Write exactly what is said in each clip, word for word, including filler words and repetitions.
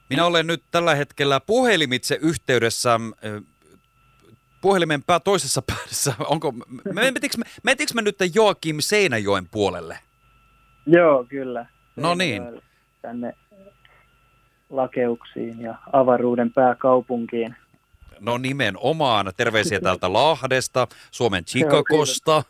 Minä olen nyt tällä hetkellä puhelimitse yhteydessä, puhelimen pää toisessa päässä. Onko, mentiinkö me, mentiinkö me nyt Joakim Seinäjoen puolelle? Joo, kyllä. No niin. Tänne Lakeuksiin ja avaruuden pääkaupunkiin. No nimenomaan. Terveisiä täältä Lahdesta, Suomen Chicagosta.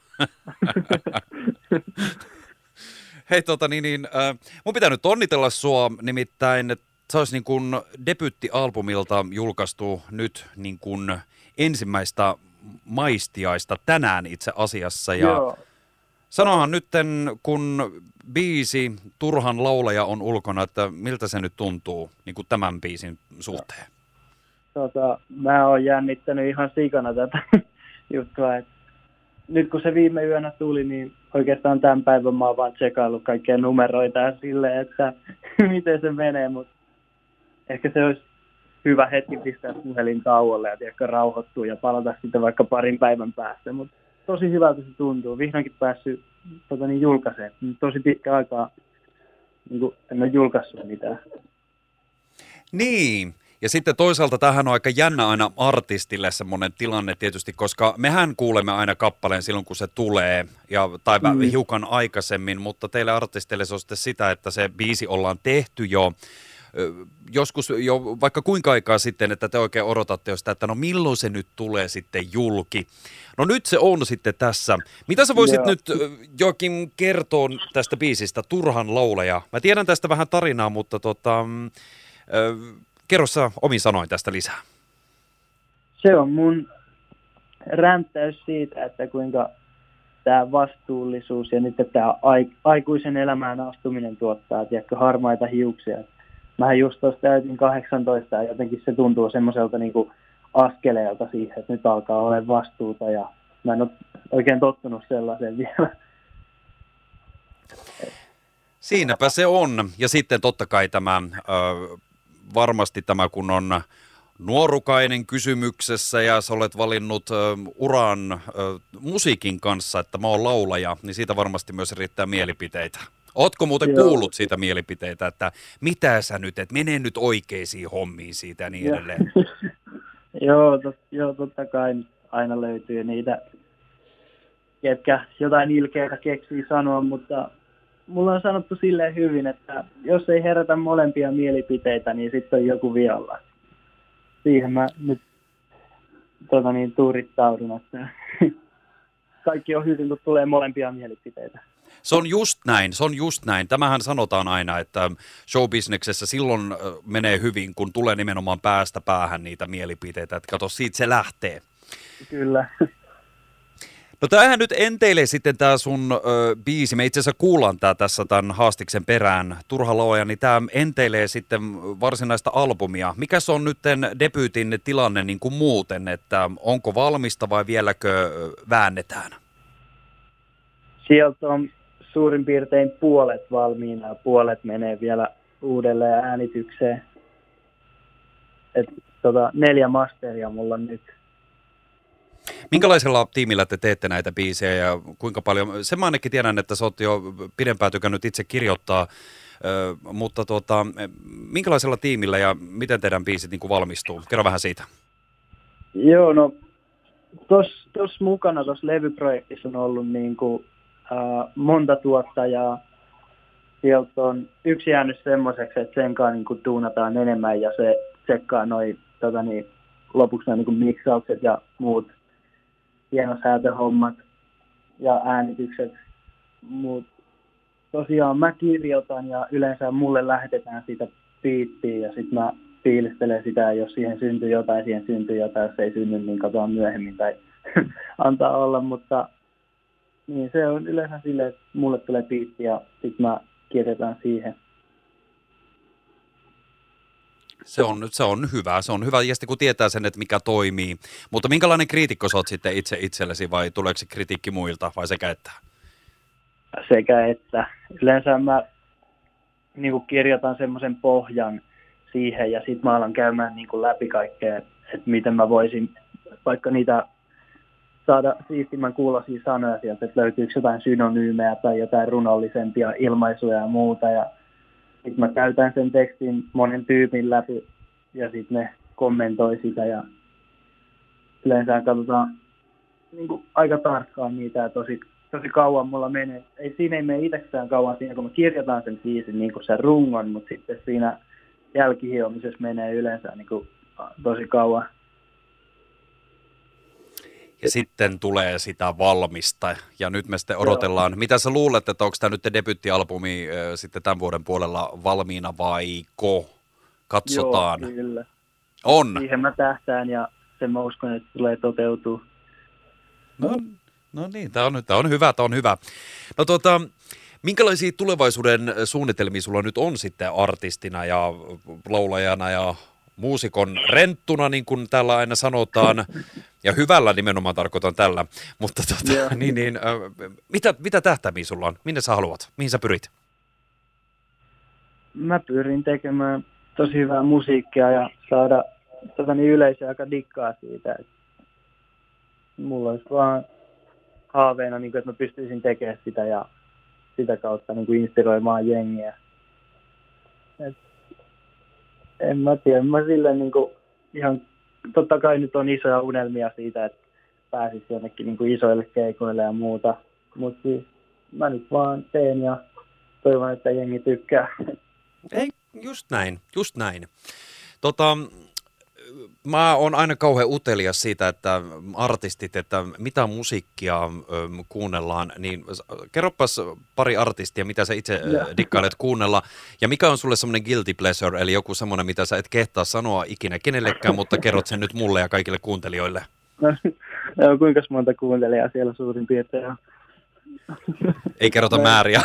Hei, tota niin, niin äh, mun pitää nyt onnitella sua, nimittäin että se olisi niin kuin debyyttialbumilta julkaistu nyt niin kuin ensimmäistä maistiaista tänään itse asiassa. Ja Joo. sanohan nytten, kun biisi Turhan laulaja on ulkona, että miltä se nyt tuntuu niin kuin tämän biisin suhteen? Tota, mä oon jännittänyt ihan sikana tätä juttua. Et nyt kun se viime yönä tuli, niin oikeastaan tämän päivän mä oon vaan tsekailut kaikkia numeroita ja silleen, että miten se menee. Mutta ehkä se olisi hyvä hetki pistää puhelin tauolle ja tiedätkö, rauhoittua ja palata sitten vaikka parin päivän päästä. Mutta tosi hyvältä se tuntuu. Vihdoinkin päässyt tota, niin, julkaisemaan. Tosi pitkä aikaa niin kuin en ole julkaissut mitään. Niin. Ja sitten toisaalta tämähän on aika jännä aina artistille semmoinen tilanne tietysti, koska mehän kuulemme aina kappaleen silloin, kun se tulee, ja, tai mm. hiukan aikaisemmin, mutta teille artisteille se on sitten sitä, että se biisi ollaan tehty jo joskus jo vaikka kuinka aikaa sitten, että te oikein odotatte jo sitä, että no milloin se nyt tulee sitten julki. No nyt se on sitten tässä. Mitä sä voisit Joo. nyt Joakim kertoa tästä biisistä Turhan laulaja? Mä tiedän tästä vähän tarinaa, mutta tota, äh, kerro sä omin sanoin tästä lisää. Se on mun ränttäys siitä, että kuinka tämä vastuullisuus ja nyt tämä aikuisen elämään astuminen tuottaa, tiedätkö, harmaita hiuksia. Mähän just tuossa täytin kahdeksantoista ja jotenkin se tuntuu semmoiselta niin kuin askeleelta siihen, että nyt alkaa olla vastuuta ja mä en ole oikein tottunut sellaiseen vielä. Siinäpä se on. Ja sitten totta kai tämä, äh, varmasti tämä kun on nuorukainen kysymyksessä ja sä olet valinnut äh, uran äh, musiikin kanssa, että mä oon laulaja, niin siitä varmasti myös riittää mielipiteitä. Ootko muuten Joo. kuullut siitä mielipiteitä, että mitä sä nyt, että mene nyt oikeisiin hommiin siitä ja niin edelleen? Joo, tot, joo, totta kai aina löytyy niitä, ketkä jotain ilkeitä keksii sanoa, mutta mulla on sanottu silleen hyvin, että jos ei herätä molempia mielipiteitä, niin sitten on joku vialla. Siihen mä nyt tota niin, tuurittaudun, että kaikki on hyvin, kun tulee molempia mielipiteitä. Se on just näin, se on just näin. Tämähän sanotaan aina, että showbisneksessä silloin menee hyvin, kun tulee nimenomaan päästä päähän niitä mielipiteitä. Että kato, siitä se lähtee. Kyllä. No tämähän nyt enteilee sitten tämä sun ö, biisi. Me itse asiassa kuullaan tää tässä tämän haastiksen perään, Turha laulaja, niin tämä enteilee sitten varsinaista albumia. Mikä se on nyt debyytin tilanne niin kuin muuten, että onko valmista vai vieläkö väännetään? Sieltä on suurin piirtein puolet valmiina ja puolet menee vielä uudelleen äänitykseen. Et, tota, neljä masteria mulla on nyt. Minkälaisella tiimillä te teette näitä biisejä ja kuinka paljon? Sen mä ainakin tiedän, että sä oot jo pidempään tykännyt itse kirjoittaa, mutta tuota, minkälaisella tiimillä ja miten teidän biisit niin kuin valmistuu? Kerro vähän siitä. Joo, no tuossa mukana tuossa levyprojektissa on ollut niin kuin Uh, monta tuottajaa. Sieltä on yksi jäänyt semmoiseksi, että sen kanssa niin tuunataan enemmän ja se tsekkaa noi, tota niin, lopuksi niin miksaukset ja muut hienosäätöhommat ja äänitykset. Mut tosiaan mä kirjoitan ja yleensä mulle lähetetään siitä biittiä ja sitten mä fiilistelen sitä ja jos siihen syntyy jotain, siihen syntyy jotain. Jos ei synny, niin katsotaan myöhemmin tai antaa olla, mutta niin, se on yleensä silleen, että mulle tulee biitti ja sitten mä kirjoitan siihen. Se on, se on hyvä, se on hyvä, ja sitten kun tietää sen, että mikä toimii. Mutta minkälainen kriitikko sä oot sitten itse itsellesi, vai tuleeko se kritiikki muilta, vai sekä että? Sekä että. Yleensä mä niin kuin kirjoitan semmoisen pohjan siihen, ja sitten mä alan käymään niin kuin läpi kaikkea, että miten mä voisin vaikka niitä saada siistimän kuuloisia sanoja sieltä, että löytyykö jotain synonyymejä tai jotain runollisempia ilmaisuja ja muuta. Ja sitten mä käytän sen tekstin monen tyypin läpi ja sitten ne kommentoi sitä ja yleensä katsotaan niin kuin aika tarkkaan niitä ja tosi, tosi kauan mulla menee. Ei, siinä ei mene itsekään kauan siinä, kun mä kirjoitan sen biisin niin kuin sen rungon, mutta sitten siinä jälkihiomisessa menee yleensä niin kuin tosi kauan. Ja sitten tulee sitä valmista, ja nyt me sitten odotellaan. Joo. Mitä sä luulet, että onko tämä nyt debyyttialbumi äh, sitten tämän vuoden puolella valmiina vaiko? Katsotaan. Joo, kyllä. On. Siihen mä tähtään, ja sen mä uskon, että tulee toteutua. No, no niin, tämä on, on hyvä, tämä on hyvä. No tuota, minkälaisia tulevaisuuden suunnitelmia sulla nyt on sitten artistina ja laulajana ja muusikon renttuna, niin kuin täällä aina sanotaan, ja hyvällä nimenomaan tarkoitan tällä, mutta tota, niin, niin, äh, mitä, mitä tähtäimiä sulla on? Minne sä haluat? Mihin sä pyrit? Mä pyrin tekemään tosi hyvää musiikkia ja saada tota, niin yleisö aika dikkaa siitä. Et mulla olisi vaan haaveena, niin kuin, että mä pystyisin tekemään sitä ja sitä kautta niin kuin inspiroimaan jengiä. Et en mä tiedä, mä silleen niin kuin ihan, totta kai nyt on isoja unelmia siitä, että pääsis jonnekin niin kuin isoille keikoille ja muuta, mutta siis mä nyt vaan teen ja toivon, että jengi tykkää. Ei, just näin, just näin. Tota, mä oon aina kauhean utelias siitä, että artistit, että mitä musiikkia ö, kuunnellaan, niin kerropas pari artistia, mitä sä itse yeah. dikkailet kuunnella, ja mikä on sulle semmoinen guilty pleasure, eli joku semmoinen, mitä sä et kehtaa sanoa ikinä kenellekään, mutta kerrot sen nyt mulle ja kaikille kuuntelijoille. No, no kuinka monta kuuntelijaa siellä suurin piirtein on? Ei kerrota no. määriä.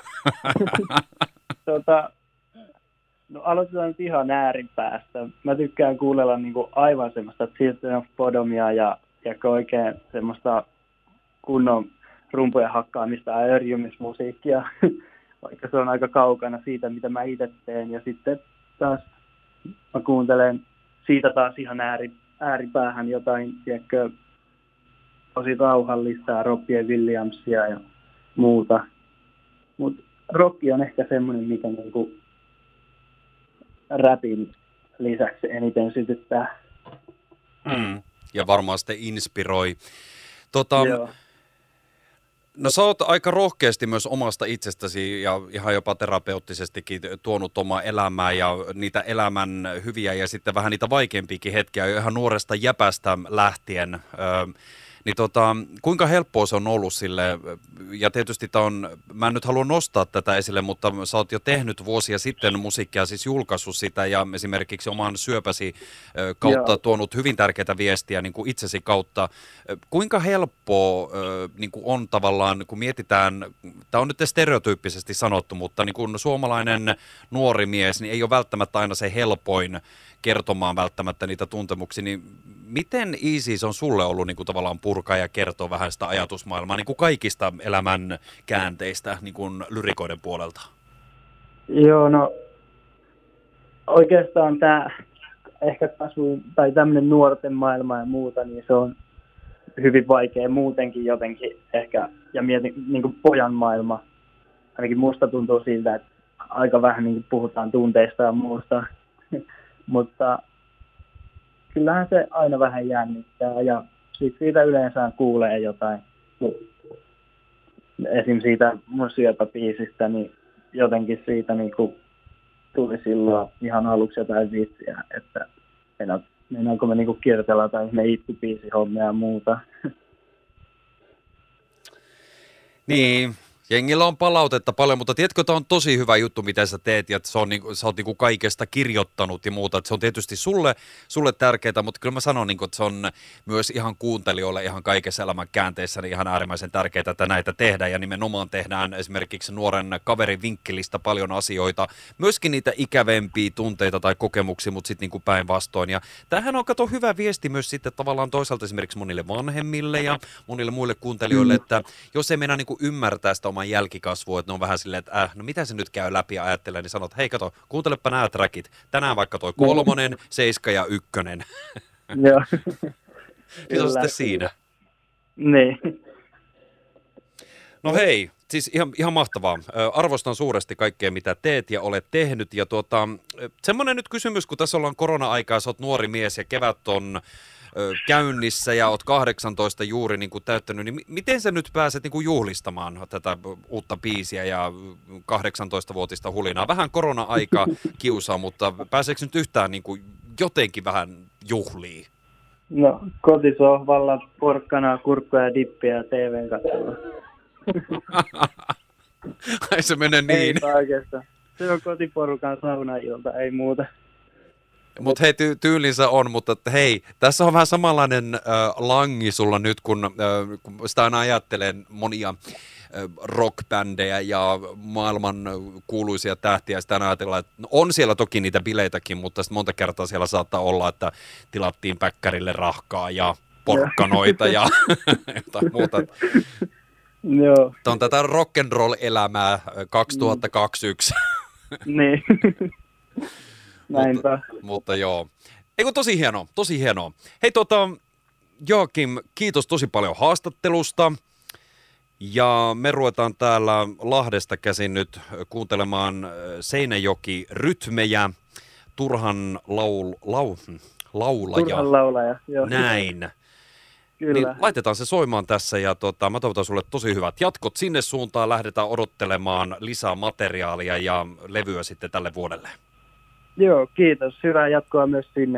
tota, no aloitetaan nyt ihan äärinpäästä. Mä tykkään kuunnella niinku aivan semmoista Children of Bodomia ja, ja oikein semmoista kunnon rumpujen hakkaamista ja örjymismusiikkia, vaikka se on aika kaukana siitä, mitä mä itse teen. Ja sitten taas mä kuuntelen siitä taas ihan ääri, ääripäähän jotain, tiedätkö, tosi rauhallista, Robbie Williamsia ja muuta. Mutta rocki on ehkä semmoinen, mikä niinku rapin lisäksi eniten sytyttää. Mm. Ja varmaan sitten inspiroi. Tota, no sä oot aika rohkeasti myös omasta itsestäsi ja ihan jopa terapeuttisestikin tuonut omaa elämää ja niitä elämän hyviä ja sitten vähän niitä vaikeampiakin hetkiä jo ihan nuoresta jäpästä lähtien. Öö, Niin tota, kuinka helppoa se on ollut sille, ja tietysti tää on, mä en nyt halua nostaa tätä esille, mutta sä oot jo tehnyt vuosia sitten musiikkia, siis julkaissut sitä ja esimerkiksi oman syöpäsi kautta Joo. tuonut hyvin tärkeitä viestiä niin kuin itsesi kautta. Kuinka helppoa niin kuin on tavallaan, kun mietitään, tämä on nyt stereotyyppisesti sanottu, mutta niin kuin suomalainen nuori mies, niin ei ole välttämättä aina se helpoin kertomaan välttämättä niitä tuntemuksia, niin miten easy se on sulle ollut niin kuin tavallaan purkaa ja kertoa vähän sitä ajatusmaailmaa niin kuin kaikista elämän käänteistä niin kuin lyrikoiden puolelta? Joo, no oikeastaan tämä ehkä kasvu tai tämmöinen nuorten maailma ja muuta, niin se on hyvin vaikea muutenkin jotenkin ehkä, ja mietin niin kuin pojan maailma, ainakin musta tuntuu siltä, että aika vähän niin kuin puhutaan tunteista ja muusta. Mutta kyllähän se aina vähän jännittää ja sit siitä yleensä kuulee jotain. Esim. Siitä mun syöpäbiisistä, niin jotenkin siitä niin kuin tuli silloin ihan aluksi jotain vitsiä, että meinaanko me niin kuin kiertellä tai me itkubiisihommia ja muuta. Niin. Jengillä on palautetta paljon, mutta tiedätkö, tämä on tosi hyvä juttu, mitä sä teet, ja se on, niin, sä oot niin kuin kaikesta kirjoittanut ja muuta. Että se on tietysti sulle, sulle tärkeää, mutta kyllä mä sanon, niin kuin, että se on myös ihan kuuntelijoille ihan kaikessa elämän käänteissä niin ihan äärimmäisen tärkeää, että näitä tehdään. Ja nimenomaan tehdään esimerkiksi nuoren kaverin vinkkelistä paljon asioita, myöskin niitä ikävempiä tunteita tai kokemuksia, mutta sitten niin päinvastoin. Ja tämähän on, kato, hyvä viesti myös sitten tavallaan toisaalta esimerkiksi monille vanhemmille ja monille muille kuuntelijoille, että jos ei mennä niin kuin ymmärtää sitä oman jälkikasvua, että ne on vähän silleen, että äh, no mitä se nyt käy läpi ja ajattelee, niin sanot, hei kato, kuuntelepa nämä trackit. Tänään vaikka toi kolmonen, seiska ja ykkönen. Joo. Se on sitten siinä. Niin. No hei, siis ihan, ihan mahtavaa. Ö, arvostan suuresti kaikkea, mitä teet ja olet tehnyt. Ja tuota, semmoinen nyt kysymys, kun tässä ollaan korona-aikaa, sä oot nuori mies ja kevät on ö, käynnissä ja oot kahdeksantoista juuri niin kuin täyttänyt, niin miten sä nyt pääset niin kuin juhlistamaan tätä uutta biisiä ja kahdeksantoistavuotista hulinaa? Vähän korona-aika kiusaa, mutta pääseekö nyt yhtään niin kuin jotenkin vähän juhliin? No kotisohvalla porkkanaa, kurkkuja ja dippiä ja T V:n katsella. Ai se menee niin. Ei oikeastaan. Se on kotiporukan saunailta, ei muuta. Mutta hei, ty- tyylinsä on, mutta että hei, tässä on vähän samanlainen äh, langi sulla nyt, kun, äh, kun sitä aina ajattelee monia äh, rockbändejä ja maailman kuuluisia tähtiä, sitä aina ajatellaan, että no, on siellä toki niitä bileitäkin, mutta sitten monta kertaa siellä saattaa olla, että tilattiin päkkärille rahkaa ja porkkanoita ja jotain muuta. Joo. Tämä on tätä rock'n'roll-elämää kaksituhattakaksikymmentäyksi. Niin. Näinpä. mutta, mutta joo. Eikö tosi hienoa, tosi hienoa. Hei tota, Joakim, kiitos tosi paljon haastattelusta. Ja me ruvetaan täällä Lahdesta käsin nyt kuuntelemaan Seinäjoki-rytmejä, Turhan laul, lau, laulaja. Turhan laulaja, joo. Näin. Kyllä. Niin laitetaan se soimaan tässä ja tota, mä toivotan sulle tosi hyvät jatkot sinne suuntaan. Lähdetään odottelemaan lisää materiaalia ja levyä sitten tälle vuodelle. Joo, kiitos. Hyvää jatkoa myös sinne.